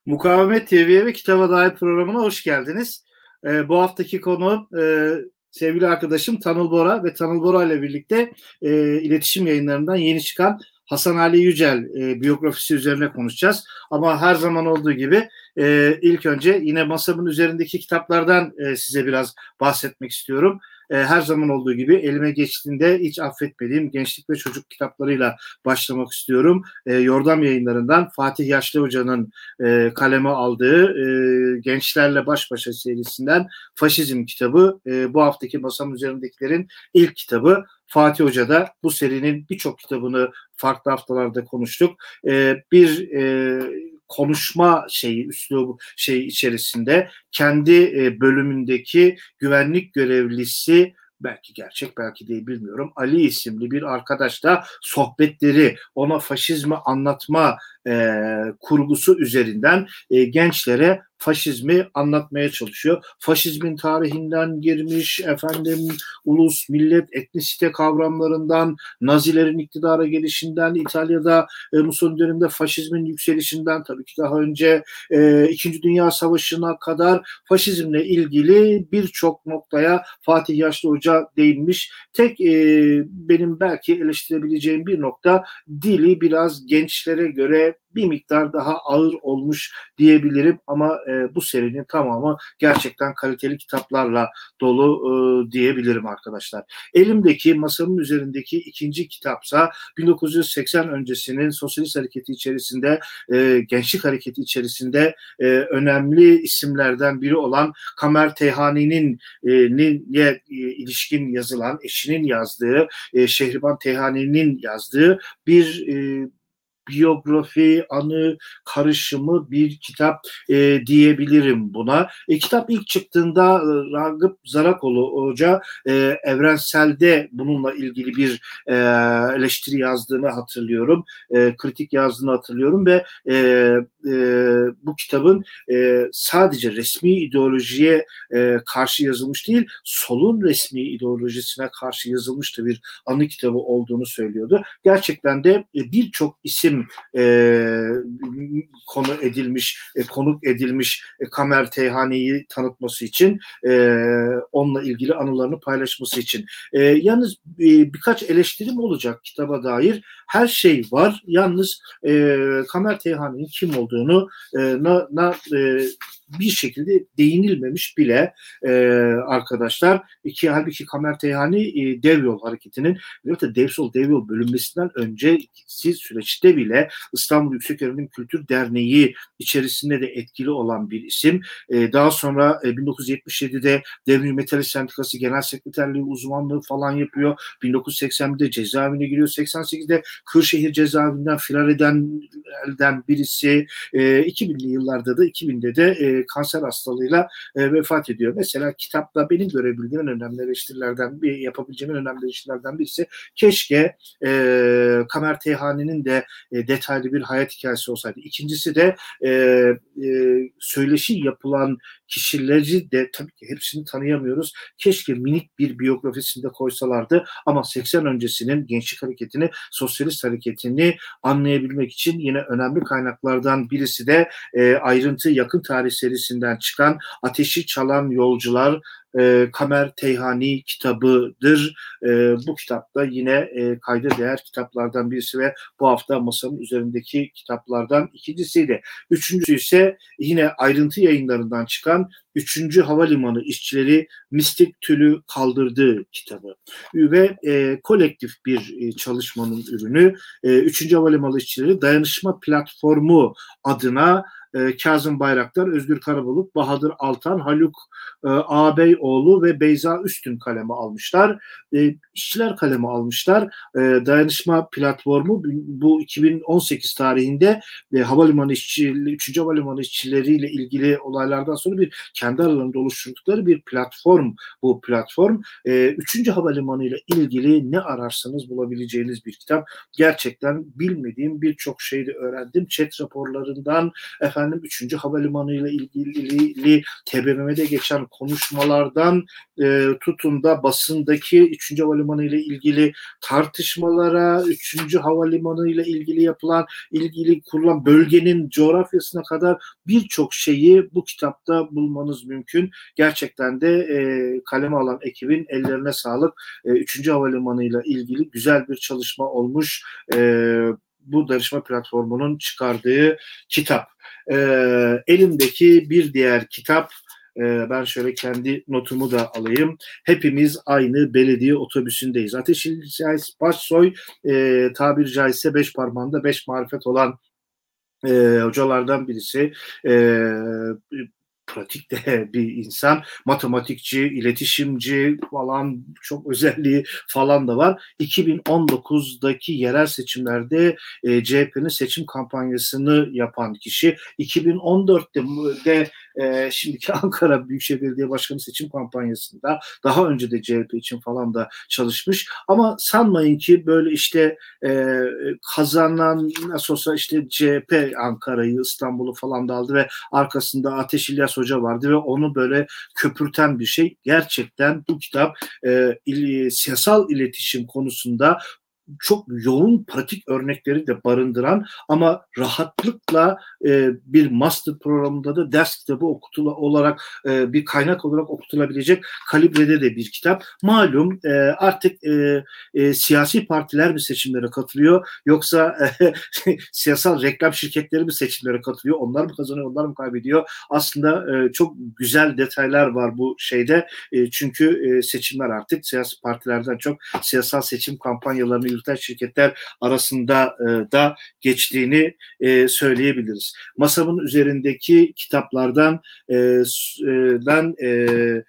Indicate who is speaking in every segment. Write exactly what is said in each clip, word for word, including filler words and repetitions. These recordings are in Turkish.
Speaker 1: Mukavemet T V'ye ve Kitaba Dair programına hoş geldiniz. Ee, bu haftaki konu e, sevgili arkadaşım Tanıl Bora ve Tanıl Bora ile birlikte e, iletişim yayınlarından yeni çıkan Hasan Ali Yücel e, biyografisi üzerine konuşacağız. Ama her zaman olduğu gibi e, ilk önce yine masamın üzerindeki kitaplardan e, size biraz bahsetmek istiyorum. E, her zaman olduğu gibi elime geçtiğinde hiç affetmediğim gençlik ve çocuk kitaplarıyla başlamak istiyorum. E, Yordam Yayınları'ndan Fatih Yaşlı Hoca'nın e, kaleme aldığı e, Gençlerle Baş Başa serisinden Faşizm kitabı. E, bu haftaki masamın üzerindekilerin ilk kitabı. Fatih Hoca da bu serinin birçok kitabını farklı haftalarda konuştuk. E, bir e, konuşma şeyi, üslubu şey içerisinde kendi e, bölümündeki güvenlik görevlisi, belki gerçek belki değil bilmiyorum, Ali isimli bir arkadaşla sohbetleri, ona faşizmi anlatma e, kurgusu üzerinden e, gençlere faşizmi anlatmaya çalışıyor. Faşizmin tarihinden girmiş, efendim ulus, millet, etnisite kavramlarından, Nazilerin iktidara gelişinden, İtalya'da e, Mussolini döneminde faşizmin yükselişinden, tabii ki daha önce e, İkinci Dünya Savaşı'na kadar faşizmle ilgili birçok noktaya Fatih Yaşlı Hoca değinmiş. Tek e, benim belki eleştirebileceğim bir nokta, dili biraz gençlere göre bir miktar daha ağır olmuş diyebilirim ama e, bu serinin tamamı gerçekten kaliteli kitaplarla dolu e, diyebilirim arkadaşlar. Elimdeki, masamın üzerindeki ikinci kitapsa bin dokuz yüz seksen öncesinin sosyalist hareketi içerisinde, e, gençlik hareketi içerisinde e, önemli isimlerden biri olan Kamer Teyhani'nin e, e, ilişkin yazılan, eşinin yazdığı, e, Şehriban Teyhani'nin yazdığı bir e, biyografi, anı karışımı bir kitap e, diyebilirim buna. E, kitap ilk çıktığında e, Ragıp Zarakoğlu Hoca e, Evrensel'de bununla ilgili bir e, eleştiri yazdığını hatırlıyorum. E, kritik yazdığını hatırlıyorum ve e, e, bu kitabın e, sadece resmi ideolojiye e, karşı yazılmış değil, solun resmi ideolojisine karşı yazılmış da bir anı kitabı olduğunu söylüyordu. Gerçekten de e, birçok isim e, konu edilmiş, e, konuk edilmiş e, Kamer Teyhani'yi tanıtması için, e, onunla ilgili anılarını paylaşması için. E, yalnız e, birkaç eleştirim olacak kitaba dair. Her şey var. Yalnız e, Kamer Teyhani'nin kim olduğunu e, na, na, e, bir şekilde değinilmemiş bile e, arkadaşlar. İki, halbuki Kamer Teyhani e, Dev Yol Hareketi'nin ve Dev Sol Dev Yol bölünmesinden önceki süreçte bile İstanbul Yükseköğretim Kültür Derneği içerisinde de etkili olan bir isim. E, daha sonra e, bin dokuz yüz yetmiş yedide Devrimci Metalist Sendikası Genel Sekreterliği uzmanlığı falan yapıyor. bin dokuz yüz seksen birde cezaevine giriyor. seksen sekizde Kırşehir cezaevinden firar eden elden birisi. E, iki binli yıllarda da iki binde de e, kanser hastalığıyla e, vefat ediyor. Mesela kitapta benim görebildiğim en önemli eleştirilerden bir yapabileceğim en önemli eleştirilerden birisi, keşke e, Kamer Teyhani'nin de e, detaylı bir hayat hikayesi olsaydı. İkincisi de e, e, söyleşi yapılan kişileri de tabii ki hepsini tanıyamıyoruz. Keşke minik bir biyografisinde koysalardı ama seksen öncesinin gençlik hareketini, sosyalist hareketini anlayabilmek için yine önemli kaynaklardan birisi de e, ayrıntı yakın tarih serisinden çıkan Ateşi Çalan Yolcular, e, Kamer Teyhani kitabıdır. E, bu kitapta yine e, kayda değer kitaplardan birisi ve bu hafta masanın üzerindeki kitaplardan ikincisiydi. Üçüncüsü ise yine ayrıntı yayınlarından çıkan Üçüncü Havalimanı İşçileri Mistik Tülü Kaldırdığı kitabı ve e, kolektif bir e, çalışmanın ürünü. E, Üçüncü Havalimanı İşçileri Dayanışma Platformu adına e, Kazım Bayraktar, Özgür Karabulut, Bahadır Altan, Haluk e, Ağabeyoğlu ve Beyza Üstün kaleme almışlar. E, işçiler kaleme almışlar. E, dayanışma platformu bu iki bin on sekiz tarihinde e, havalimanı işçileri, üçüncü havalimanı işçileriyle ilgili olaylardan sonra bir kendi aralarında oluşturdukları bir platform bu platform. E, üçüncü Havalimanı ile ilgili ne ararsanız bulabileceğiniz bir kitap. Gerçekten bilmediğim birçok şeyi de öğrendim. Chat raporlarından efendim üçüncü Havalimanı ile ilgili T B M M'de geçen konuşmalardan e, tutun da basındaki üçüncü Havalimanı ile ilgili tartışmalara, üçüncü Havalimanı ile ilgili yapılan, ilgili kurulan bölgenin coğrafyasına kadar birçok şeyi bu kitapta bulmanız mümkün. Gerçekten de e, kaleme alan ekibin ellerine sağlık. E, üçüncü Havalimanı ile ilgili güzel bir çalışma olmuş. E, bu danışma platformunun çıkardığı kitap. E, elimdeki bir diğer kitap, e, ben şöyle kendi notumu da alayım. Hepimiz aynı belediye otobüsündeyiz. Ateşli Başsoy e, tabiri caizse beş parmağında beş marifet olan e, hocalardan birisi. E, pratikte bir insan, matematikçi, iletişimci falan, çok özelliği falan da var. iki bin on dokuzdaki yerel seçimlerde e, C H P'nin seçim kampanyasını yapan kişi. iki bin on dörtte de e, şimdiki Ankara Büyükşehir Belediye Başkanı seçim kampanyasında, daha önce de C H P için falan da çalışmış. Ama sanmayın ki böyle işte e, kazanan nasıl olsa işte C H P Ankara'yı, İstanbul'u falan da aldı ve arkasında Ateş İlyas Hoca vardı ve onu böyle köpürten bir şey. Gerçekten bu kitap e, il, siyasal iletişim konusunda çok yoğun pratik örnekleri de barındıran ama rahatlıkla e, bir master programında da ders kitabı okutula olarak e, bir kaynak olarak okutulabilecek kalibrede de bir kitap. Malum e, artık e, e, siyasi partiler mi seçimlere katılıyor, yoksa e, siyasal reklam şirketleri mi seçimlere katılıyor? Onlar mı kazanıyor, onlar mı kaybediyor? Aslında e, çok güzel detaylar var bu şeyde. E, çünkü e, seçimler artık siyasi partilerden çok siyasal seçim kampanyalarını yürüten şirketler arasında e, da geçtiğini e, söyleyebiliriz. Masamın üzerindeki kitaplardan e, ben e,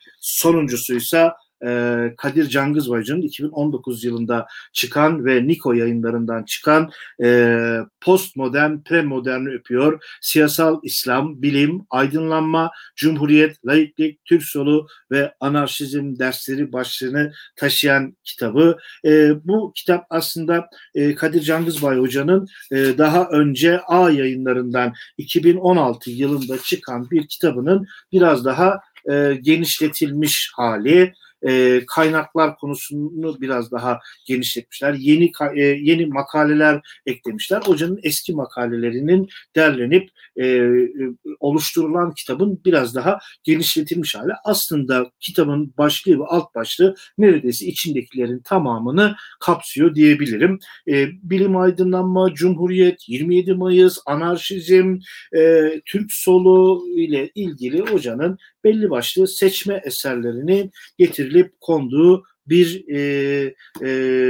Speaker 1: sonuncusuysa e, Kadir Cangızbaycı'nın iki bin on dokuz yılında çıkan ve Niko yayınlarından çıkan e, Postmodern, Premoderni öpüyor. Siyasal İslam, Bilim, Aydınlanma, Cumhuriyet, Laiklik, Türk Solu ve Anarşizm dersleri başlığını taşıyan kitabı. E, bu kitap aslında e, Kadir Cangızbay Hoca'nın e, daha önce A yayınlarından iki bin on altı yılında çıkan bir kitabının biraz daha e, genişletilmiş hali. E, kaynaklar konusunu biraz daha genişletmişler. Yeni e, yeni makaleler eklemişler. Hocanın eski makalelerinin derlenip e, oluşturulan kitabın biraz daha genişletilmiş hali. Aslında kitabın başlığı ve alt başlığı neredeyse içindekilerin tamamını kapsıyor diyebilirim. E, bilim, aydınlanma, Cumhuriyet, yirmi yedi Mayıs, anarşizm, e, Türk solu ile ilgili hocanın belli başlı seçme eserlerini getirilip konduğu bir e, e,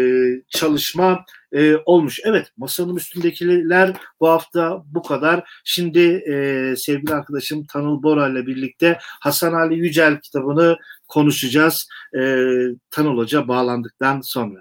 Speaker 1: çalışma e, olmuş. Evet, masanın üstündekiler bu hafta bu kadar. Şimdi e, sevgili arkadaşım Tanıl Bora ile birlikte Hasan Ali Yücel kitabını konuşacağız. E, Tanıl Hoca bağlandıktan sonra.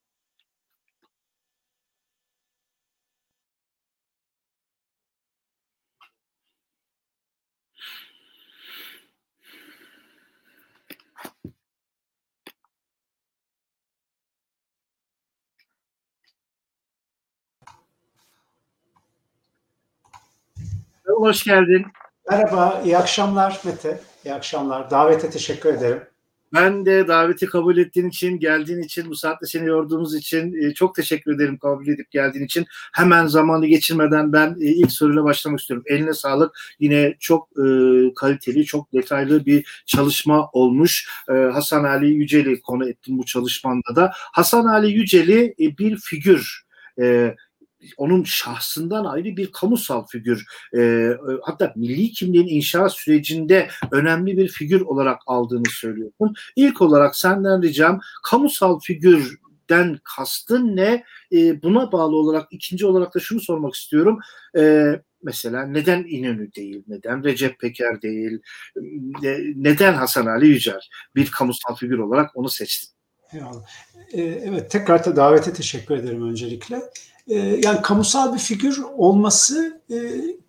Speaker 1: Hoş geldin.
Speaker 2: Merhaba, iyi akşamlar Mete. İyi akşamlar. Davete teşekkür ederim.
Speaker 1: Ben de daveti kabul ettiğin için, geldiğin için, bu saatte seni yorduğumuz için çok teşekkür ederim kabul edip geldiğin için. Hemen zamanı geçirmeden ben ilk soruyla başlamak istiyorum. Eline sağlık. Yine çok e, kaliteli, çok detaylı bir çalışma olmuş. E, Hasan Ali Yücel'i konu ettim bu çalışmanda da. Hasan Ali Yücel'i e, bir figür, e, onun şahsından ayrı bir kamusal figür, e, hatta milli kimliğin inşa sürecinde önemli bir figür olarak aldığını söylüyorsun. İlk olarak senden ricam, kamusal figürden kastın ne? E, buna bağlı olarak ikinci olarak da şunu sormak istiyorum. E, mesela neden İnönü değil, neden Recep Peker değil, e, neden Hasan Ali Yücel bir kamusal figür olarak onu seçtin?
Speaker 2: Eyvallah. E, evet, tekrar da davete teşekkür ederim öncelikle. Yani kamusal bir figür olması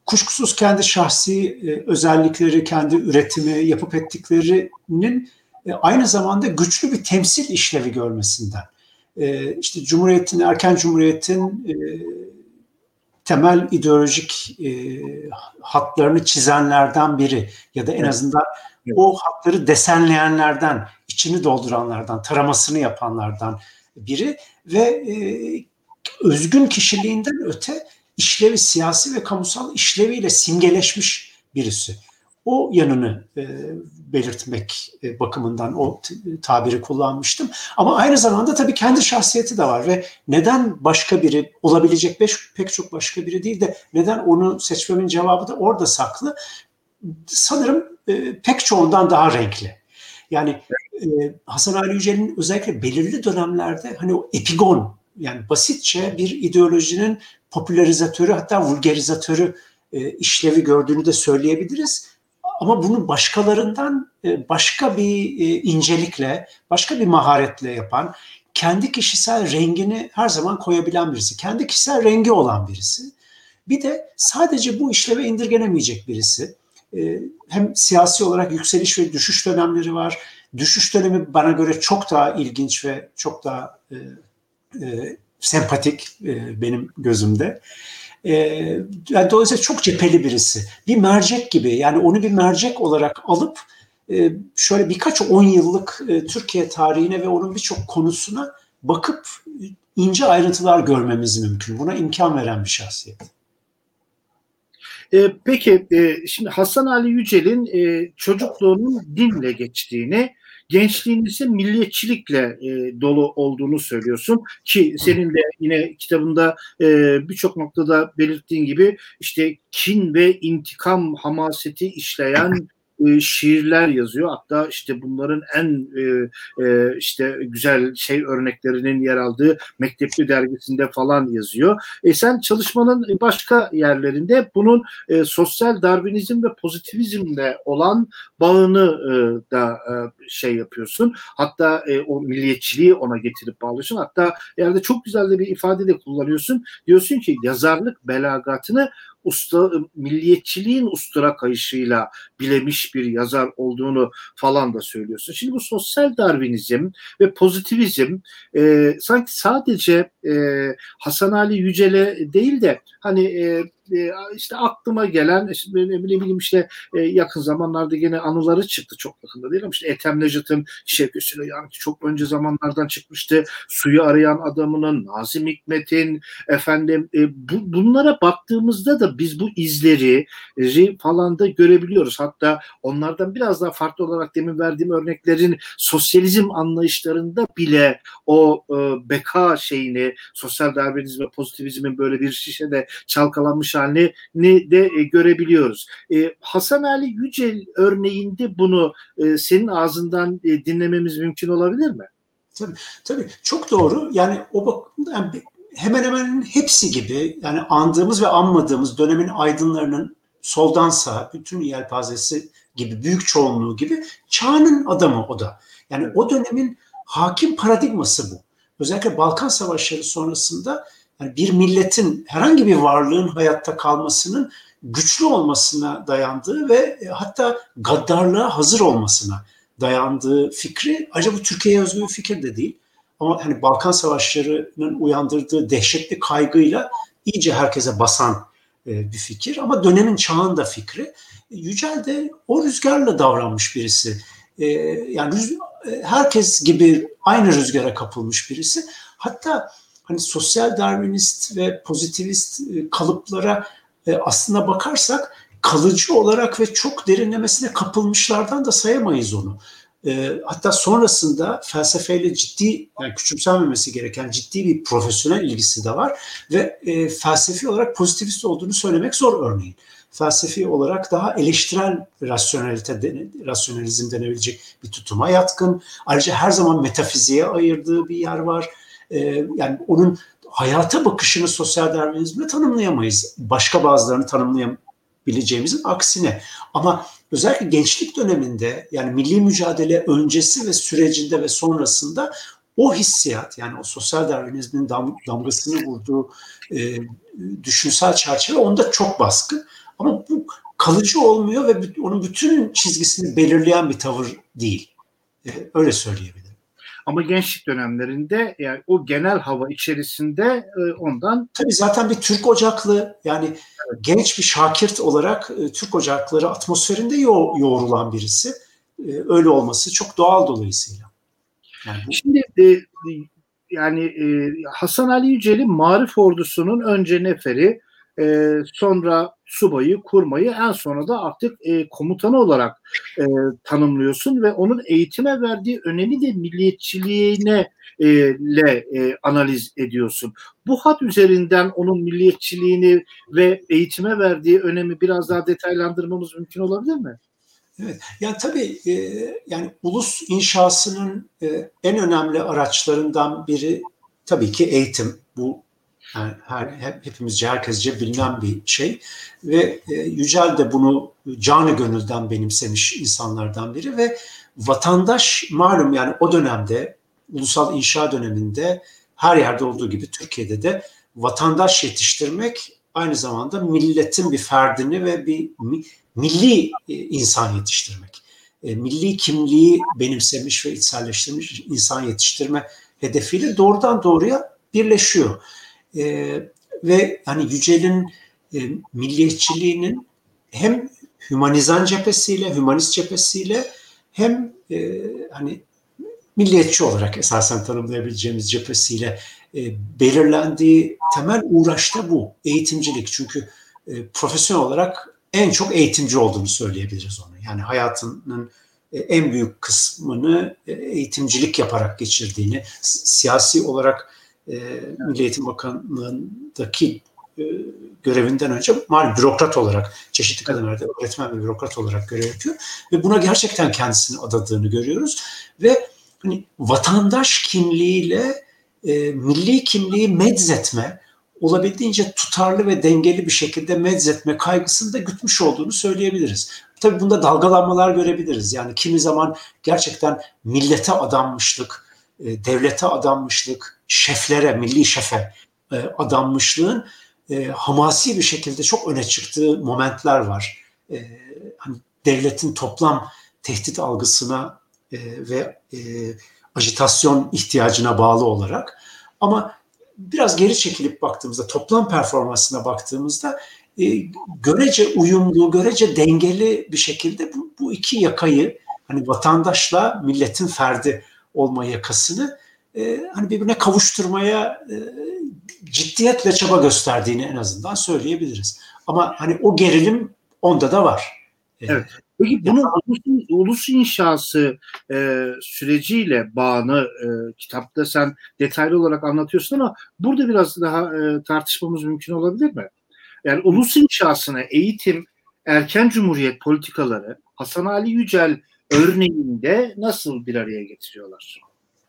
Speaker 2: kuşkusuz kendi şahsi e, özellikleri, kendi üretimi, yapıp ettiklerinin e, aynı zamanda güçlü bir temsil işlevi görmesinden. E, işte Cumhuriyet'in, erken Cumhuriyet'in e, temel ideolojik e, hatlarını çizenlerden biri ya da en azından evet. o hatları desenleyenlerden, içini dolduranlardan, taramasını yapanlardan biri ve e, özgün kişiliğinden öte işlevi, siyasi ve kamusal işleviyle simgeleşmiş birisi. O yanını e, belirtmek e, bakımından o t- tabiri kullanmıştım. Ama aynı zamanda tabii kendi şahsiyeti de var ve neden başka biri, olabilecek beş, pek çok başka biri değil de neden onu seçmemin cevabı da orada saklı. Sanırım e, pek çoğundan daha renkli. Yani e, Hasan Ali Yücel'in özellikle belirli dönemlerde hani o epigon, yani basitçe bir ideolojinin popülerizatörü, hatta vulgarizatörü e, işlevi gördüğünü de söyleyebiliriz. Ama bunu başkalarından e, başka bir e, incelikle, başka bir maharetle yapan, kendi kişisel rengini her zaman koyabilen birisi, kendi kişisel rengi olan birisi. Bir de sadece bu işleve indirgenemeyecek birisi. E, hem siyasi olarak yükseliş ve düşüş dönemleri var. Düşüş dönemi bana göre çok daha ilginç ve çok daha e, e, sempatik e, benim gözümde. E, yani dolayısıyla çok cepheli birisi. Bir mercek gibi, yani onu bir mercek olarak alıp e, şöyle birkaç on yıllık e, Türkiye tarihine ve onun birçok konusuna bakıp ince ayrıntılar görmemiz mümkün. Buna imkan veren bir şahsiyet.
Speaker 1: E, peki e, şimdi Hasan Ali Yücel'in e, çocukluğunun dinle geçtiğini, gençliğinin ise milliyetçilikle e, dolu olduğunu söylüyorsun ki senin de yine kitabında e, birçok noktada belirttiğin gibi işte kin ve intikam hamaseti işleyen e, şiirler yazıyor. Hatta işte bunların en e, e, işte güzel şey örneklerinin yer aldığı Mektepli dergisinde falan yazıyor. E sen çalışmanın başka yerlerinde bunun e, sosyal Darwinizm ve pozitivizmle olan bağını e, da e, şey yapıyorsun. Hatta e, o milliyetçiliği ona getirip bağlıyorsun. Hatta yerde çok güzel de bir ifade de kullanıyorsun. Diyorsun ki yazarlık belagatını usta, milliyetçiliğin ustura kayışıyla bilemiş bir yazar olduğunu falan da söylüyorsun. Şimdi bu sosyal Darwinizm ve pozitivizm e, sanki sadece e, Hasan Ali Yücel'e değil de hani e, e, işte aklıma gelen işte, ne bileyim işte e, yakın zamanlarda gene anıları çıktı, çok yakında değil ama işte Ethem Necat'ın Şevket Süreyya çok önce zamanlardan çıkmıştı. Suyu Arayan Adamı'nın, Nazım Hikmet'in efendim e, bu, bunlara baktığımızda da biz bu izleri e, falan da görebiliyoruz. Hatta onlardan biraz daha farklı olarak demin verdiğim örneklerin sosyalizm anlayışlarında bile o e, beka şeyini, sosyal Darwinizm ve pozitivizmin böyle bir şişede çalkalanmış halini de e, görebiliyoruz. E, Hasan Ali Yücel örneğinde bunu e, senin ağzından e, dinlememiz mümkün olabilir mi?
Speaker 2: Tabii, tabii çok doğru. Yani o bakımdan yani hemen hemen hepsi gibi, yani andığımız ve anmadığımız dönemin aydınlarının soldan sağa bütün yelpazesi gibi, büyük çoğunluğu gibi çağının adamı o da. Yani o dönemin hakim paradigması bu. Özellikle Balkan Savaşları sonrasında yani bir milletin, herhangi bir varlığın hayatta kalmasının güçlü olmasına dayandığı ve hatta gaddarlığa hazır olmasına dayandığı fikri, acaba bu Türkiye'ye özgü bir fikir de değil. Ama hani Balkan Savaşları'nın uyandırdığı dehşetli kaygıyla iyice herkese basan e, bir fikir. Ama dönemin, çağın da fikri. Yücel de o rüzgarla davranmış birisi. E, yani rüz- herkes gibi aynı rüzgara kapılmış birisi. Hatta hani sosyal Darwinist ve pozitivist e, kalıplara e, aslına bakarsak kalıcı olarak ve çok derinlemesine kapılmışlardan da sayamayız onu. E, hatta sonrasında felsefeyle ciddi, yani küçümsenmemesi gereken ciddi bir profesyonel ilgisi de var ve e, felsefi olarak pozitivist olduğunu söylemek zor örneğin. Felsefi olarak daha eleştirel rasyonelite, rasyonalizm denebilecek bir tutuma yatkın. Ayrıca her zaman metafiziğe ayırdığı bir yer var. E, yani onun hayata bakışını sosyal Darwinizmle tanımlayamayız. Başka bazılarını tanımlayabileceğimizin aksine. Ama özellikle gençlik döneminde, yani milli mücadele öncesi ve sürecinde ve sonrasında o hissiyat, yani o sosyal Darwinizmin dam, damgasını vurduğu e, düşünsel çerçeve onda çok baskın. Ama bu kalıcı olmuyor ve onun bütün çizgisini belirleyen bir tavır değil. Ee, öyle söyleyebilirim.
Speaker 1: Ama gençlik dönemlerinde yani o genel hava içerisinde e, ondan...
Speaker 2: Tabii zaten bir Türk Ocaklı, yani evet, genç bir şakirt olarak e, Türk Ocakları atmosferinde yo- yoğrulan birisi. E, öyle olması çok doğal dolayısıyla.
Speaker 1: Yani bu... Şimdi e, yani e, Hasan Ali Yücel'i Marif Ordusu'nun önce neferi, e, sonra subayı, kurmayı, en sonra da artık e, komutanı olarak e, tanımlıyorsun ve onun eğitime verdiği önemi de milliyetçiliğine e, le e, analiz ediyorsun. Bu hat üzerinden onun milliyetçiliğini ve eğitime verdiği önemi biraz daha detaylandırmamız mümkün olabilir mi?
Speaker 2: Evet, yani tabii e, yani ulus inşasının e, en önemli araçlarından biri tabii ki eğitim. Bu yani her, hep, hepimizce, herkesce bilinen bir şey ve e, Yücel de bunu canı gönülden benimsemiş insanlardan biri ve vatandaş, malum yani o dönemde, ulusal inşa döneminde her yerde olduğu gibi Türkiye'de de vatandaş yetiştirmek aynı zamanda milletin bir ferdini ve bir milli insan yetiştirmek. Milli kimliği benimsemiş ve içselleştirmiş insan yetiştirme hedefiyle doğrudan doğruya birleşiyor. Ee, ve hani Yücel'in e, milliyetçiliğinin hem hümanizan cephesiyle, hümanist cephesiyle hem e, hani milliyetçi olarak esasen tanımlayabileceğimiz cephesiyle e, belirlendiği temel uğraş da bu. Eğitimcilik. Çünkü e, profesyonel olarak en çok eğitimci olduğunu söyleyebiliriz onu. Yani hayatının e, en büyük kısmını e, eğitimcilik yaparak geçirdiğini, siyasi olarak e, Milli Eğitim Bakanlığı'ndaki e, görevinden önce malum bürokrat olarak, çeşitli kadınlarda öğretmen ve bürokrat olarak görev yapıyor. Ve buna gerçekten kendisini adadığını görüyoruz. Ve hani vatandaş kimliğiyle e, milli kimliği medzetme, olabildiğince tutarlı ve dengeli bir şekilde medzetme kaygısını da gütmüş olduğunu söyleyebiliriz. Tabii bunda dalgalanmalar görebiliriz. Yani kimi zaman gerçekten millete adanmışlık, e, devlete adanmışlık, şeflere, milli şefe e, adanmışlığın e, hamasi bir şekilde çok öne çıktığı momentler var. E, hani devletin toplam tehdit algısına e, ve e, ajitasyon ihtiyacına bağlı olarak. Ama biraz geri çekilip baktığımızda, toplam performansına baktığımızda e, görece uyumlu, görece dengeli bir şekilde bu, bu iki yakayı, hani vatandaşla milletin ferdi olma yakasını e, hani birbirine kavuşturmaya e, ciddiyetle çaba gösterdiğini en azından söyleyebiliriz. Ama hani o gerilim onda da var.
Speaker 1: Evet. Peki bunun ulus, ulus inşası e, süreciyle bağını e, kitapta sen detaylı olarak anlatıyorsun ama burada biraz daha e, tartışmamız mümkün olabilir mi? Yani ulus inşasına eğitim, erken cumhuriyet politikaları Hasan Ali Yücel örneğinde nasıl bir araya getiriyorlar?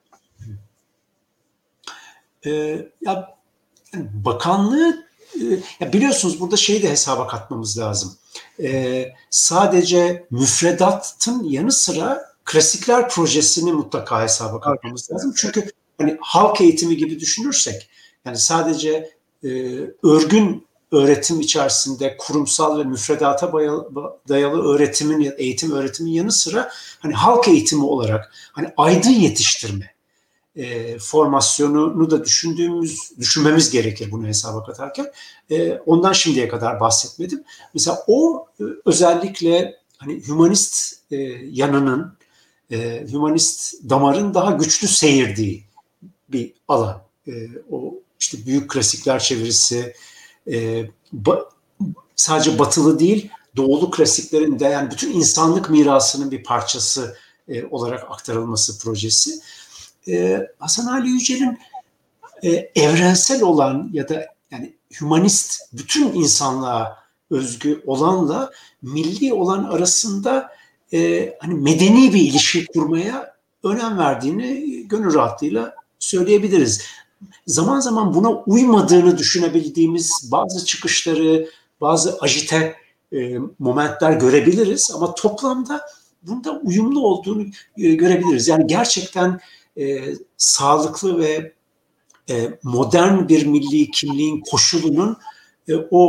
Speaker 2: Ee, ya bakanlığı e, ya biliyorsunuz burada şeyi de hesaba katmamız lazım. Ee, sadece müfredatın yanı sıra klasikler projesini mutlaka hesaba katmamız lazım. Çünkü hani halk eğitimi gibi düşünürsek, yani sadece e, örgün öğretim içerisinde kurumsal ve müfredata dayalı öğretimin, eğitim öğretimin yanı sıra hani halk eğitimi olarak hani aydın yetiştirme e, formasyonunu da düşündüğümüz, düşünmemiz gerekir bunu hesaba katarken. E, ondan şimdiye kadar bahsetmedim. Mesela o e, özellikle hani hümanist e, yanının, e, hümanist damarın daha güçlü seyirdiği bir alan. E, o işte büyük klasikler çevirisi, e, ba, sadece batılı değil, doğulu klasiklerin de, yani bütün insanlık mirasının bir parçası e, olarak aktarılması projesi. Ee, Hasan Ali Yücel'in e, evrensel olan ya da yani hümanist, bütün insanlığa özgü olanla milli olan arasında e, hani medeni bir ilişki kurmaya önem verdiğini gönül rahatlığıyla söyleyebiliriz. Zaman zaman buna uymadığını düşünebildiğimiz bazı çıkışları, bazı ajite e, momentler görebiliriz ama toplamda bunda uyumlu olduğunu e, görebiliriz. Yani gerçekten e, sağlıklı ve e, modern bir milli kimliğin koşulunun e, o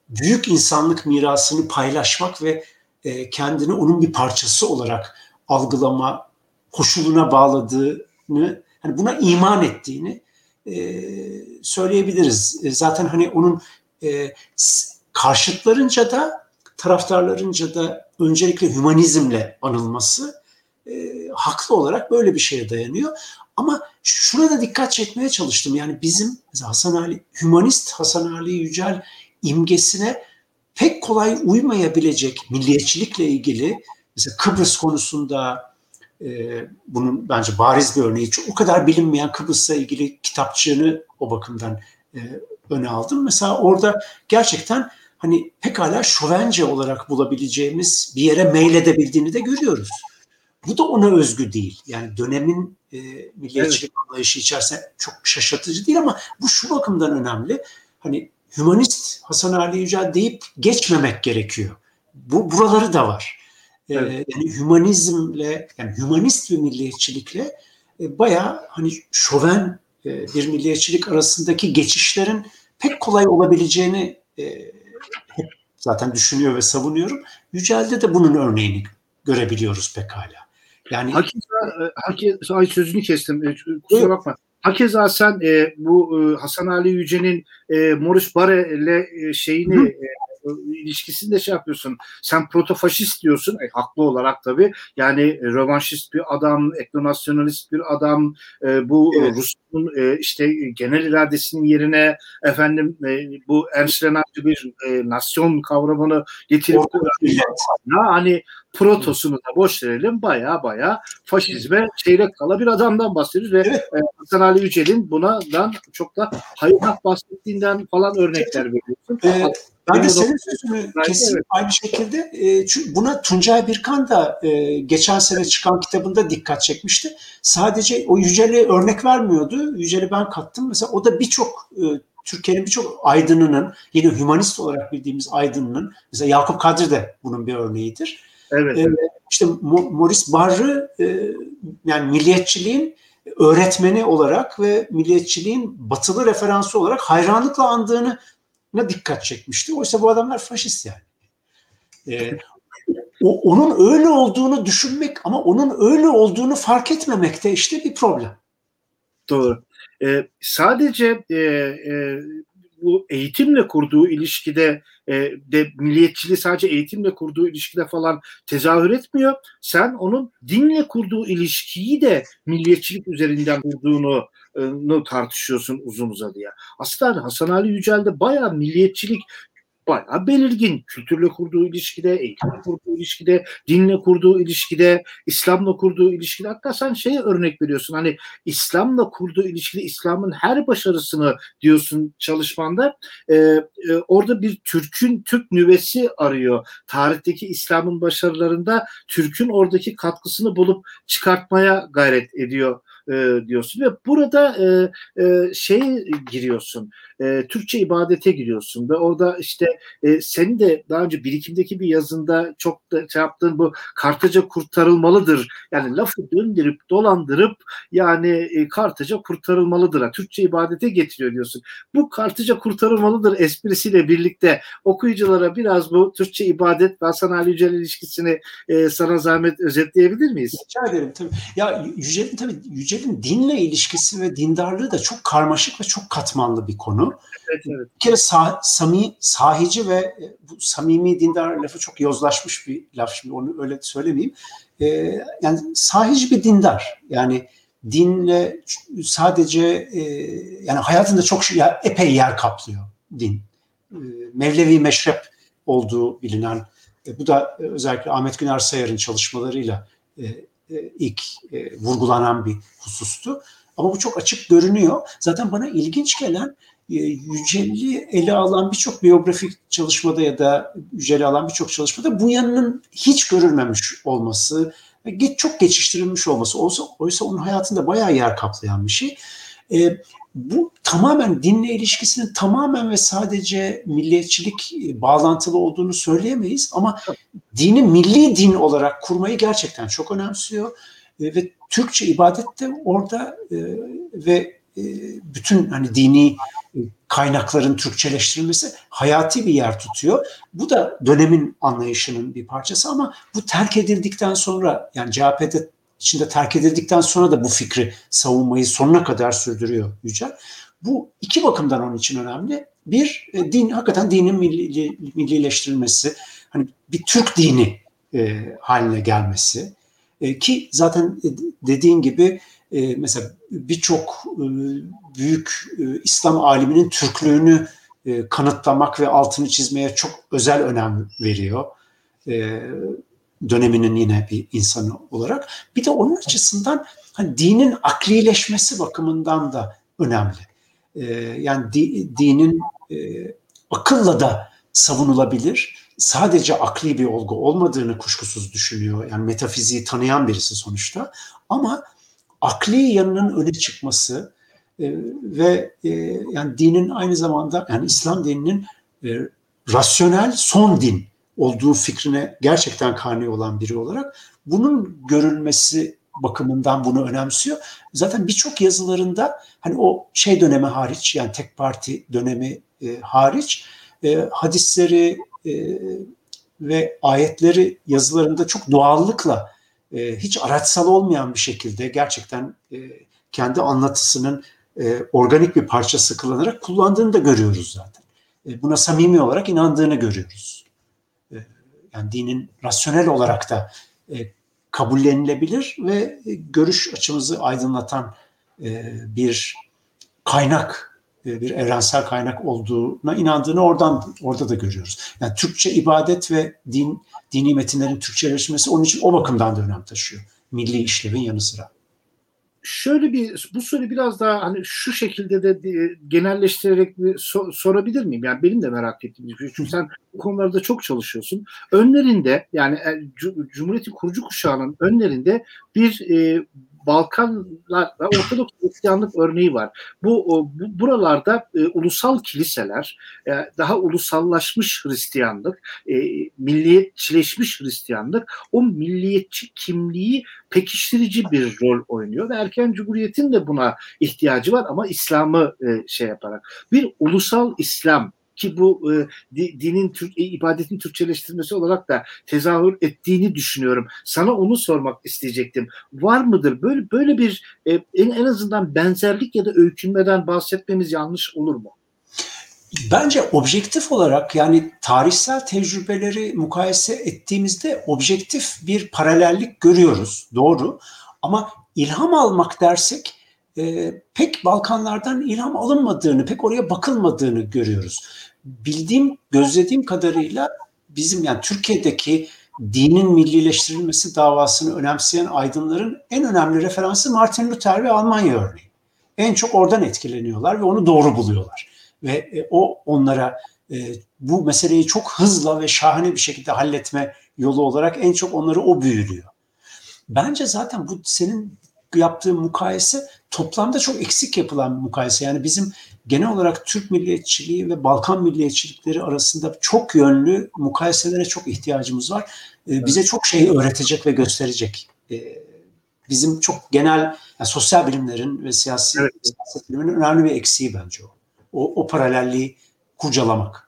Speaker 2: büyük insanlık mirasını paylaşmak ve e, kendini onun bir parçası olarak algılama koşuluna bağladığını, hani buna iman ettiğini e, söyleyebiliriz. E, zaten hani onun e, karşıtlarınca da taraftarlarınca da öncelikle hümanizmle anılması e, haklı olarak böyle bir şeye dayanıyor. Ama şuna da dikkat çekmeye çalıştım. Yani bizim Hasan Ali, hümanist Hasan Ali Yücel imgesine pek kolay uymayabilecek milliyetçilikle ilgili, mesela Kıbrıs konusunda e, bunun bence bariz bir örneği. O kadar bilinmeyen Kıbrıs'la ilgili kitapçığını o bakımdan e, öne aldım. Mesela orada gerçekten hani pekala şovence olarak bulabileceğimiz bir yere meyledebildiğini de görüyoruz. Bu da ona özgü değil. Yani dönemin e, milliyetçilik evet. anlayışı içerisinde çok şaşırtıcı değil ama bu şu bakımdan önemli. Hani hümanist Hasan Ali Yücel deyip geçmemek gerekiyor. Bu buraları da var. Evet. E, yani hümanizmle, yani hümanist bir milliyetçilikle e, bayağı hani şoven e, bir milliyetçilik arasındaki geçişlerin pek kolay olabileceğini e, hep zaten düşünüyor ve savunuyorum. Yücel'de de bunun örneğini görebiliyoruz pekala. Yani
Speaker 1: Hakeza, hakeza ay sözünü kestim. Kusura bakma. Hakeza sen e, bu e, Hasan Ali Yücel'in e, Maurice Barré ile e, şeyini e, ilişkisini de şey yapıyorsun. Sen protofaşist diyorsun. E, haklı olarak tabii. Yani e, rövanşist bir adam, etnonasyonalist bir adam. E, bu evet. Rus'un e, işte genel iradesinin yerine efendim e, bu Ernst Renat'cı bir e, nasyon kavramını getirip ya hani protosunu da boş verelim. Baya baya faşizme çeyrek kala bir adamdan bahsediyoruz ve evet. e, Hasan Ali Yücel'in bundan çok da hayat bahsettiğinden falan örnekler veriyorsun.
Speaker 2: Ee, ben de senin sözünü kesin evet. aynı şekilde e, buna Tuncay Birkan da e, geçen sene çıkan kitabında dikkat çekmişti. Sadece o Yücel'e örnek vermiyordu. Yücel'i ben kattım. Mesela o da birçok e, Türkiye'nin birçok aydınının, yine hümanist olarak bildiğimiz aydınının, mesela Yakup Kadri de bunun bir örneğidir.
Speaker 1: Evet.
Speaker 2: Ee, işte Maurice Barré e, yani milliyetçiliğin öğretmeni olarak ve milliyetçiliğin batılı referansı olarak hayranlıkla andığını dikkat çekmişti. Oysa bu adamlar faşist yani. Ee, o, onun öyle olduğunu düşünmek ama onun öyle olduğunu fark etmemek de işte bir problem.
Speaker 1: Doğru. Ee, sadece e, e, bu eğitimle kurduğu ilişkide e, de milliyetçiliği sadece eğitimle kurduğu ilişkide falan tezahür etmiyor. Sen onun dinle kurduğu ilişkiyi de milliyetçilik üzerinden kurduğunu e, tartışıyorsun uzun uzadıya. Aslında Hasan Ali Yücel'de bayağı milliyetçilik bayağı belirgin. Kültürle kurduğu ilişkide, eğitimle kurduğu ilişkide, dinle kurduğu ilişkide, İslam'la kurduğu ilişkide. Hatta sen şeye örnek veriyorsun. Hani İslam'la kurduğu ilişkide İslam'ın her başarısını diyorsun çalışmanda. Ee, e, orada bir Türk'ün, Türk nüvesi arıyor. Tarihteki İslam'ın başarılarında Türk'ün oradaki katkısını bulup çıkartmaya gayret ediyor e, diyorsun. Ve burada e, e, şeye giriyorsun. E, Türkçe ibadete giriyorsun ve orada işte e, senin de daha önce birikimdeki bir yazında çok da şey yaptığın bu Kartaca kurtarılmalıdır. Yani lafı döndürüp dolandırıp yani e, Kartaca kurtarılmalıdır. Türkçe ibadete getiriyor diyorsun. Bu Kartaca kurtarılmalıdır esprisiyle birlikte okuyuculara biraz bu Türkçe ibadet ve Hasan Ali Yücel ilişkisini e, sana zahmet özetleyebilir miyiz?
Speaker 2: Rica ederim tabii. Ya Yücel'in tabii Yücel'in dinle ilişkisi ve dindarlığı da çok karmaşık ve çok katmanlı bir konu.
Speaker 1: Evet, evet.
Speaker 2: Bir kere sah, sami, sahici ve bu samimi dindar lafı çok yozlaşmış bir laf. Şimdi onu öyle söylemeyeyim. Ee, yani sahici bir dindar. Yani dinle sadece e, yani hayatında çok ya, epey yer kaplıyor din. E, Mevlevi meşrep olduğu bilinen, e, bu da özellikle Ahmet Güner Sayar'ın çalışmalarıyla e, e, ilk e, vurgulanan bir husustu. Ama bu çok açık görünüyor. Zaten bana ilginç gelen Yücel'i ele alan birçok biyografik çalışmada ya da Yücel'i alan birçok çalışmada bu yanının hiç görülmemiş olması, çok geçiştirilmiş olması, oysa, oysa onun hayatında bayağı yer kaplayan bir şey. E, bu tamamen dinle ilişkisinin tamamen ve sadece milliyetçilik bağlantılı olduğunu söyleyemeyiz ama dini milli din olarak kurmayı gerçekten çok önemsiyor. E, ve Türkçe ibadet de orada e, ve bütün hani dini kaynakların Türkçeleştirilmesi hayati bir yer tutuyor. Bu da dönemin anlayışının bir parçası ama bu terk edildikten sonra, yani C H P'de içinde terk edildikten sonra da bu fikri savunmayı sonuna kadar sürdürüyor Yücel. Bu iki bakımdan onun için önemli. Bir, din, hakikaten dinin milli, millileştirilmesi, hani bir Türk dini e, haline gelmesi e, ki zaten dediğin gibi e, mesela birçok e, büyük e, İslam aliminin Türklüğünü e, kanıtlamak ve altını çizmeye çok özel önem veriyor. E, döneminin yine bir insanı olarak. Bir de onun açısından hani dinin aklileşmesi bakımından da önemli. Ee, yani di, dinin e, akılla da savunulabilir, sadece akli bir olgu olmadığını kuşkusuz düşünüyor. Yani metafiziği tanıyan birisi sonuçta. Ama akli yanının öne çıkması e, ve e, yani dinin aynı zamanda, yani İslam dininin e, rasyonel son din olduğu fikrine gerçekten kani olan biri olarak bunun görülmesi bakımından bunu önemsiyor. Zaten birçok yazılarında hani o şey dönemi hariç, yani tek parti dönemi e, hariç e, hadisleri e, ve ayetleri yazılarında çok doğallıkla e, hiç araçsal olmayan bir şekilde gerçekten e, kendi anlatısının e, organik bir parçası kıllanarak kullandığını da görüyoruz zaten. E, buna samimi olarak inandığını görüyoruz. Yani dinin rasyonel olarak da e, kabullenilebilir ve e, görüş açımızı aydınlatan e, bir kaynak, e, bir evrensel kaynak olduğuna inandığını oradan orada da görüyoruz. Yani Türkçe ibadet ve din dini metinlerin Türkçeleşmesi onun için o bakımdan da önem taşıyor. Milli işlevin yanı sıra.
Speaker 1: Şöyle bir, bu soruyu biraz daha hani şu şekilde de genelleştirerek bir so- sorabilir miyim? Yani benim de merak ettiğim bir şey. Çünkü sen bu konularda çok çalışıyorsun. Önlerinde, yani Cumhuriyet'in kurucu kuşağının önlerinde bir e, Balkanlar ve Ortodoks Hristiyanlık örneği var. Bu, o, bu buralarda e, ulusal kiliseler, e, daha ulusallaşmış Hristiyanlık, e, milliyetçileşmiş Hristiyanlık, o milliyetçi kimliği pekiştirici bir rol oynuyor ve erken Cumhuriyet'in de buna ihtiyacı var ama İslam'ı e, şey yaparak. Bir ulusal İslam ki bu e, dinin, Türk, e, ibadetin Türkçeleştirilmesi olarak da tezahür ettiğini düşünüyorum. Sana onu sormak isteyecektim. Var mıdır böyle böyle bir e, en, en azından benzerlik ya da öykünmeden bahsetmemiz yanlış olur mu?
Speaker 2: Bence objektif olarak, yani tarihsel tecrübeleri mukayese ettiğimizde objektif bir paralellik görüyoruz. Doğru. Ama ilham almak dersek e, pek Balkanlardan ilham alınmadığını, pek oraya bakılmadığını görüyoruz. Bildiğim, gözlediğim kadarıyla bizim, yani Türkiye'deki dinin millileştirilmesi davasını önemseyen aydınların en önemli referansı Martin Luther ve Almanya örneği. En çok oradan etkileniyorlar ve onu doğru buluyorlar. Ve o onlara e, bu meseleyi çok hızla ve şahane bir şekilde halletme yolu olarak en çok onları o büyülüyor. Bence zaten bu senin yaptığın mukayese toplamda çok eksik yapılan bir mukayese. Yani bizim genel olarak Türk milliyetçiliği ve Balkan milliyetçilikleri arasında çok yönlü mukayeselere çok ihtiyacımız var. E, bize çok şey öğretecek ve gösterecek. E, bizim çok genel, yani sosyal bilimlerin ve siyasi evet. siyaset biliminin önemli bir eksiği bence o. O, o paralelliği kurcalamak.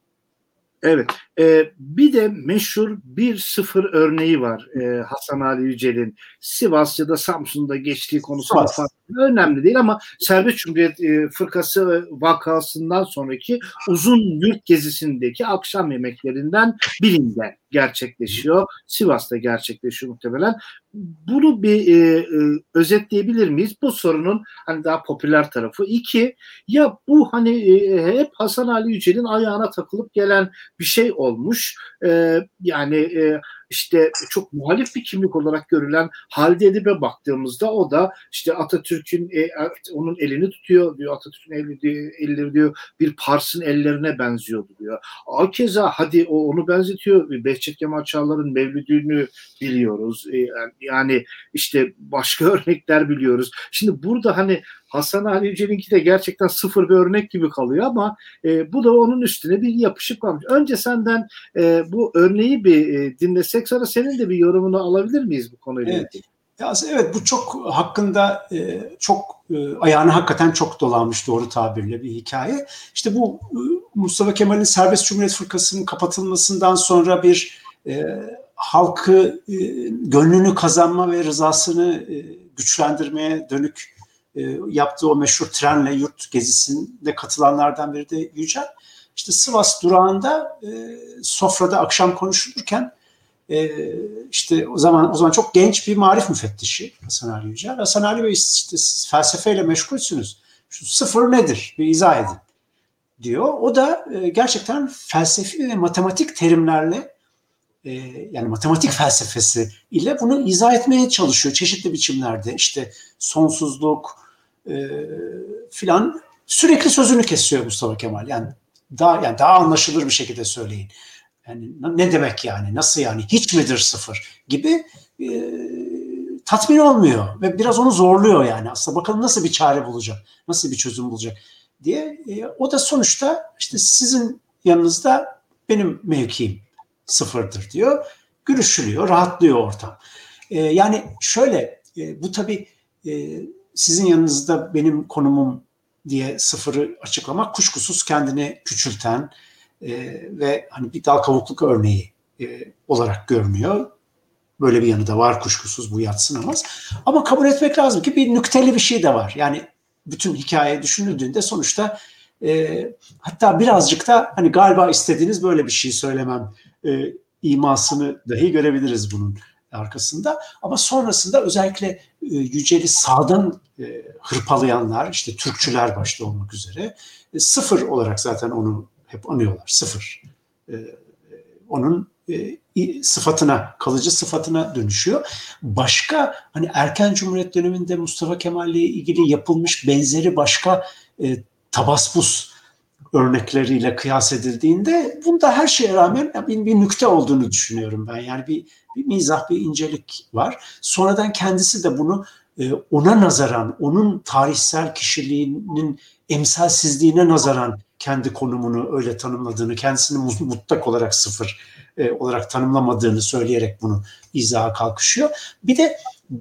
Speaker 1: Evet. Ee, bir de meşhur bir sıfır örneği var e, Hasan Ali Yücel'in. Sivas ya da Samsun'da geçtiği konusunda farklı. Önemli değil ama Serbest Cumhuriyet e, Fırkası vakasından sonraki uzun yurt gezisindeki akşam yemeklerinden birinde gerçekleşiyor. Sivas'ta gerçekleşiyor muhtemelen. Bunu bir e, e, özetleyebilir miyiz? Bu sorunun hani daha popüler tarafı. İki, ya bu hani e, hep Hasan Ali Yücel'in ayağına takılıp gelen bir şey olmuş. E, yani e, işte çok muhalif bir kimlik olarak görülen Halide Edip'e baktığımızda o da işte Atatürk'ün e, onun elini tutuyor diyor. Atatürk'ün eli, elleri diyor bir Pars'ın ellerine benziyordu diyor. Akeza hadi o onu benzetiyor. Behçet Kemal Çağlar'ın Mevlüdü'nü biliyoruz. E, yani işte başka örnekler biliyoruz. Şimdi burada hani Hasan Ali Yücel'inki de gerçekten sıfır bir örnek gibi kalıyor ama e, bu da onun üstüne bir yapışık kalmış. Önce senden e, bu örneği bir e, dinlesek, sonra senin de bir yorumunu alabilir miyiz bu konuyla
Speaker 2: evet.
Speaker 1: ilgili?
Speaker 2: Ya evet, bu çok hakkında e, çok e, ayağına hakikaten çok dolanmış, doğru tabirle bir hikaye. İşte bu e, Mustafa Kemal'in Serbest Cumhuriyet Fırkası'nın kapatılmasından sonra bir e, halkı e, gönlünü kazanma ve rızasını e, güçlendirmeye dönük e, yaptığı o meşhur trenle yurt gezisinde katılanlardan biri de Yücel. İşte Sivas durağında e, sofrada akşam konuşulurken Ee, işte o zaman o zaman çok genç bir marif müfettişi Hasan Ali Yücel. Hasan Ali Bey, işte felsefeyle meşgulsünüz. Şu sıfır nedir? Bir izah edin diyor. O da e, gerçekten felsefi ve matematik terimlerle e, yani matematik felsefesi ile bunu izah etmeye çalışıyor çeşitli biçimlerde. İşte sonsuzluk e, filan, sürekli sözünü kesiyor Mustafa Kemal. Yani daha yani daha anlaşılır bir şekilde söyleyin. Yani ne demek yani? Nasıl yani? Hiç midir sıfır? Gibi e, tatmin olmuyor ve biraz onu zorluyor yani. Aslında bakalım nasıl bir çare bulacak, nasıl bir çözüm bulacak diye. E, o da sonuçta işte sizin yanınızda benim mevkiim sıfırdır diyor. Gülüşülüyor, rahatlıyor ortam. E, yani şöyle, e, bu tabii e, sizin yanınızda benim konumum diye sıfırı açıklamak kuşkusuz kendini küçülten, Ee, ve hani bir dal kavukluk örneği e, olarak görünüyor. Böyle bir yanı da var kuşkusuz, bu yadsınamaz. Ama kabul etmek lazım ki bir nükteli bir şey de var. Yani bütün hikaye düşünüldüğünde sonuçta e, hatta birazcık da hani galiba istediğiniz böyle bir şey söylemem e, imasını dahi görebiliriz bunun arkasında. Ama sonrasında özellikle e, Yücel'i sağdan e, hırpalayanlar, işte Türkçüler başta olmak üzere, e, sıfır olarak zaten onu hep anıyorlar. Sıfır. Ee, onun e, sıfatına, kalıcı sıfatına dönüşüyor. Başka hani erken Cumhuriyet döneminde Mustafa Kemal'le ilgili yapılmış benzeri başka e, tabaspus örnekleriyle kıyas edildiğinde bunda her şeye rağmen bir, bir nükte olduğunu düşünüyorum ben. Yani bir, bir mizah, bir incelik var. Sonradan kendisi de bunu e, ona nazaran, onun tarihsel kişiliğinin emsalsizliğine nazaran kendi konumunu öyle tanımladığını, kendisini mutlak olarak sıfır e, olarak tanımlamadığını söyleyerek bunu izaha kalkışıyor. Bir de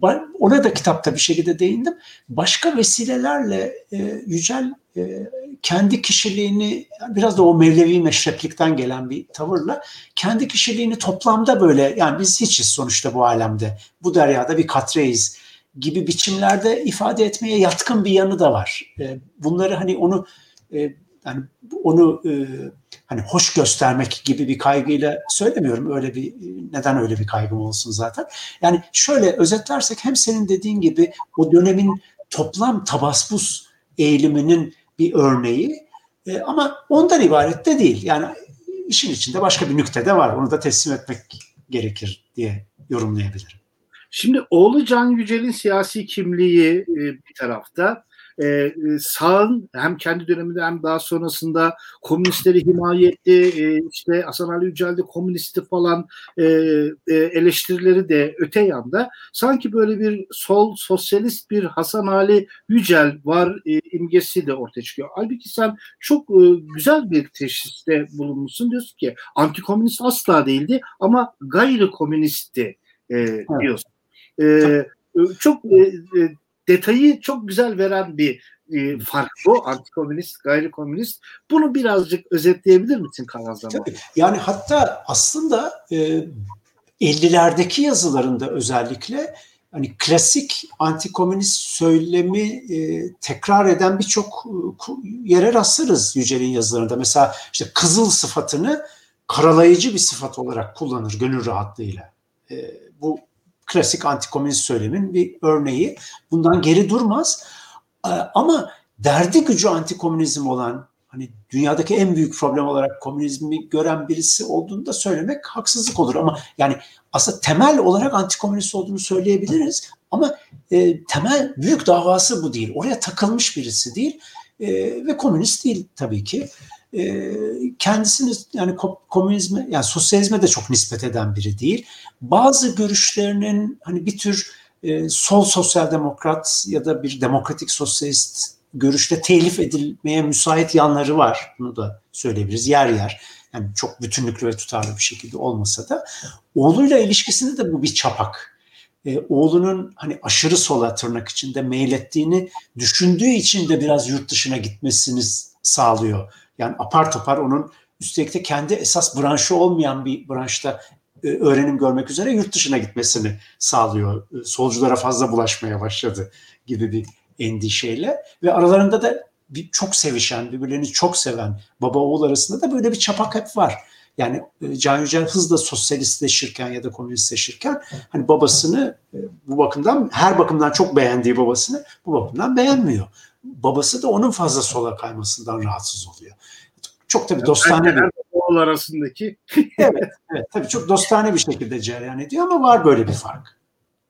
Speaker 2: ona da kitapta bir şekilde değindim. Başka vesilelerle e, Yücel e, kendi kişiliğini, biraz da o Mevlevi meşreplikten gelen bir tavırla kendi kişiliğini toplamda böyle, yani biz hiçiz sonuçta bu alemde, bu deryada bir katreyiz gibi biçimlerde ifade etmeye yatkın bir yanı da var. E, bunları hani onu e, yani onu e, hani hoş göstermek gibi bir kaygıyla söylemiyorum. Öyle bir, neden öyle bir kaygım olsun zaten. Yani şöyle özetlersek, hem senin dediğin gibi o dönemin toplam tabaspus eğiliminin bir örneği, e, ama ondan ibaret de değil. Yani işin içinde başka bir nükte de var. Onu da teslim etmek gerekir diye yorumlayabilirim.
Speaker 1: Şimdi oğlu Can Yücel'in siyasi kimliği e, bir tarafta, e, sağın hem kendi döneminde hem daha sonrasında komünistleri himaye etti, e, işte Hasan Ali Yücel de komünisti falan e, e, eleştirileri de öte yanda, sanki böyle bir sol sosyalist bir Hasan Ali Yücel var e, imgesi de ortaya çıkıyor. Halbuki sen çok e, güzel bir teşhiste bulunmuşsun, diyorsun ki antikomünist asla değildi ama gayri komünistti e, diyorsun. Ee, çok e, e, detayı çok güzel veren bir e, fark bu. Antikomünist, gayri komünist. Bunu birazcık özetleyebilir misin kalan zaman?
Speaker 2: Tabii. Yani hatta aslında e, ellilerdeki yazılarında özellikle hani klasik antikomünist söylemi e, tekrar eden birçok e, yere rastlarız Yücel'in yazılarında. Mesela işte kızıl sıfatını karalayıcı bir sıfat olarak kullanır gönül rahatlığıyla. E, bu klasik antikomünist söylemin bir örneği. Bundan geri durmaz. E, ama derdi gücü antikomünizm olan, hani dünyadaki en büyük problem olarak komünizmi gören birisi olduğunu da söylemek haksızlık olur. Ama yani aslında temel olarak antikomünist olduğunu söyleyebiliriz. Ama e, temel büyük davası bu değil. Oraya takılmış birisi değil e, ve komünist değil tabii ki. E, kendisini yani komünizme, yani sosyalizme de çok nispet eden biri değil. Bazı görüşlerinin hani bir tür e, sol sosyal demokrat ya da bir demokratik sosyalist görüşte telif edilmeye müsait yanları var. Bunu da söyleyebiliriz yer yer. Yani çok bütünlüklü ve tutarlı bir şekilde olmasa da. Oğluyla ilişkisinde de bu bir çapak. e, oğlunun hani aşırı sola tırnak içinde meylettiğini düşündüğü için de biraz yurt dışına gitmesini sağlıyor. Yani apar topar onun üstelik de kendi esas branşı olmayan bir branşta e, öğrenim görmek üzere yurt dışına gitmesini sağlıyor. E, solculara fazla bulaşmaya başladı gibi bir endişeyle ve aralarında da bir çok sevişen, birbirlerini çok seven baba oğul arasında da böyle bir çapak hep var. Yani e, Can Yücel hızla sosyalistleşirken ya da komünistleşirken hani babasını e, bu bakımdan her bakımdan çok beğendiği babasını bu bakımdan beğenmiyor. Babası da onun fazla sola kaymasından rahatsız oluyor. Çok tabii dostane bir
Speaker 1: oğul arasındaki.
Speaker 2: evet, evet tabii çok dostane bir şekilde cereyan ediyor ama var böyle bir fark.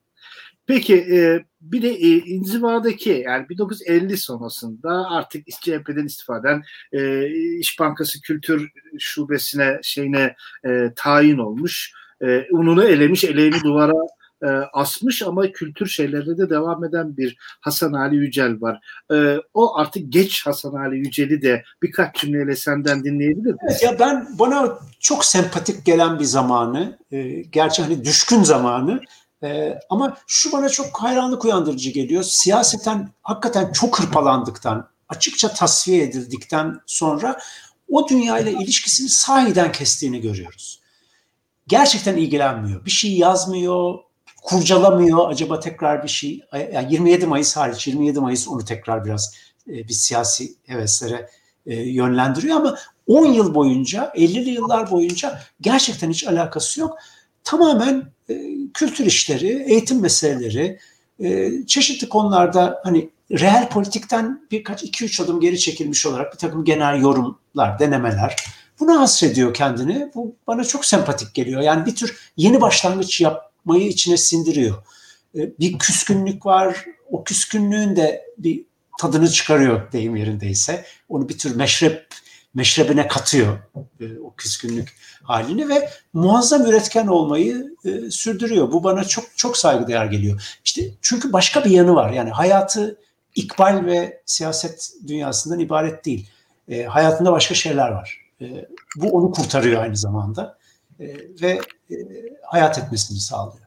Speaker 1: Peki e, bir de e, inzivadaki yani bin dokuz yüz elli sonrasında artık C H P'den istifa eden e, İş Bankası Kültür Şubesi'ne şeyine e, tayin olmuş. E, ununu elemiş, eleğini duvara e, asmış ama kültür şeylerinde de devam eden bir Hasan Ali Yücel var. E, o artık geç Hasan Ali Yücel'i de birkaç cümleyle senden dinleyebilir miyiz?
Speaker 2: Evet, ya ben bana çok sempatik gelen bir zamanı, e, gerçi hani düşkün zamanı. Ee, ama şu bana çok hayranlık uyandırıcı geliyor. Siyaseten hakikaten çok hırpalandıktan, açıkça tasfiye edildikten sonra o dünyayla ilişkisini sahiden kestiğini görüyoruz. Gerçekten ilgilenmiyor. Bir şey yazmıyor, kurcalamıyor. Acaba tekrar bir şey, yani yirmi yedi Mayıs hariç, yirmi yedi Mayıs onu tekrar biraz e, bir siyasi heveslere e, yönlendiriyor ama on yıl boyunca, ellili yıllar boyunca gerçekten hiç alakası yok. Tamamen e, kültür işleri, eğitim meseleleri, e, çeşitli konularda hani reel politikten birkaç iki üç adım geri çekilmiş olarak bir takım genel yorumlar, denemeler. Buna hasrediyor kendini. Bu bana çok sempatik geliyor. Yani bir tür yeni başlangıç yapmayı içine sindiriyor. E, bir küskünlük var. O küskünlüğün de bir tadını çıkarıyor deyim yerindeyse. Onu bir tür meşrep meşrebine katıyor e, o küskünlük halini ve muazzam üretken olmayı e, sürdürüyor. Bu bana çok çok saygıdeğer geliyor. İşte çünkü başka bir yanı var. Yani hayatı ikbal ve siyaset dünyasından ibaret değil. E, hayatında başka şeyler var. E, bu onu kurtarıyor aynı zamanda e, ve e, hayat etmesini sağlıyor.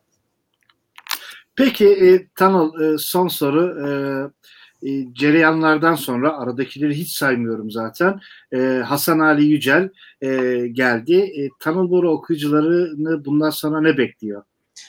Speaker 1: Peki e, Tanıl e, son soru. E, e, cereyanlardan sonra aradakileri hiç saymıyorum zaten. E, Hasan Ali Yücel e, geldi. E, Tanıl Bora okuyucularını bundan sonra ne bekliyor?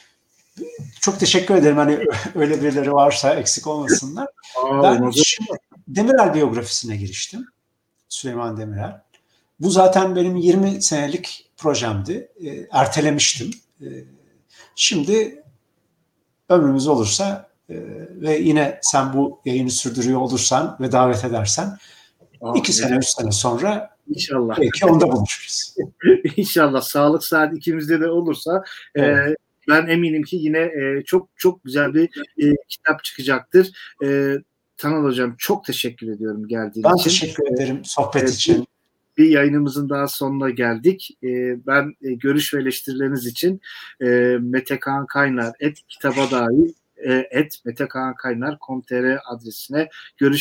Speaker 2: Çok teşekkür ederim. Hani öyle birileri varsa eksik olmasınlar.
Speaker 1: Aa,
Speaker 2: ben şimdi Demirel biyografisine giriştim. Süleyman Demirel. Bu zaten benim yirmi senelik projemdi. E, ertelemiştim. E, şimdi ömrümüz olursa e, ve yine sen bu yayını sürdürüyor olursan ve davet edersen Aa, iki sene, üç sene sonra
Speaker 1: İnşallah.
Speaker 2: Belki onda buluşuruz.
Speaker 1: İnşallah. Sağlık saat ikimizde de olursa evet. e, ben eminim ki yine e, çok çok güzel bir e, kitap çıkacaktır. E, Tanıl Hocam çok teşekkür ediyorum geldiğin
Speaker 2: ben
Speaker 1: için.
Speaker 2: Ben teşekkür ederim sohbet
Speaker 1: e,
Speaker 2: için.
Speaker 1: Bir yayınımızın daha sonuna geldik. E, ben e, görüş ve eleştirileriniz için e, Mete Kaan Kaynar et kitaba dair et metekaan kaynar nokta com nokta tr adresine görüş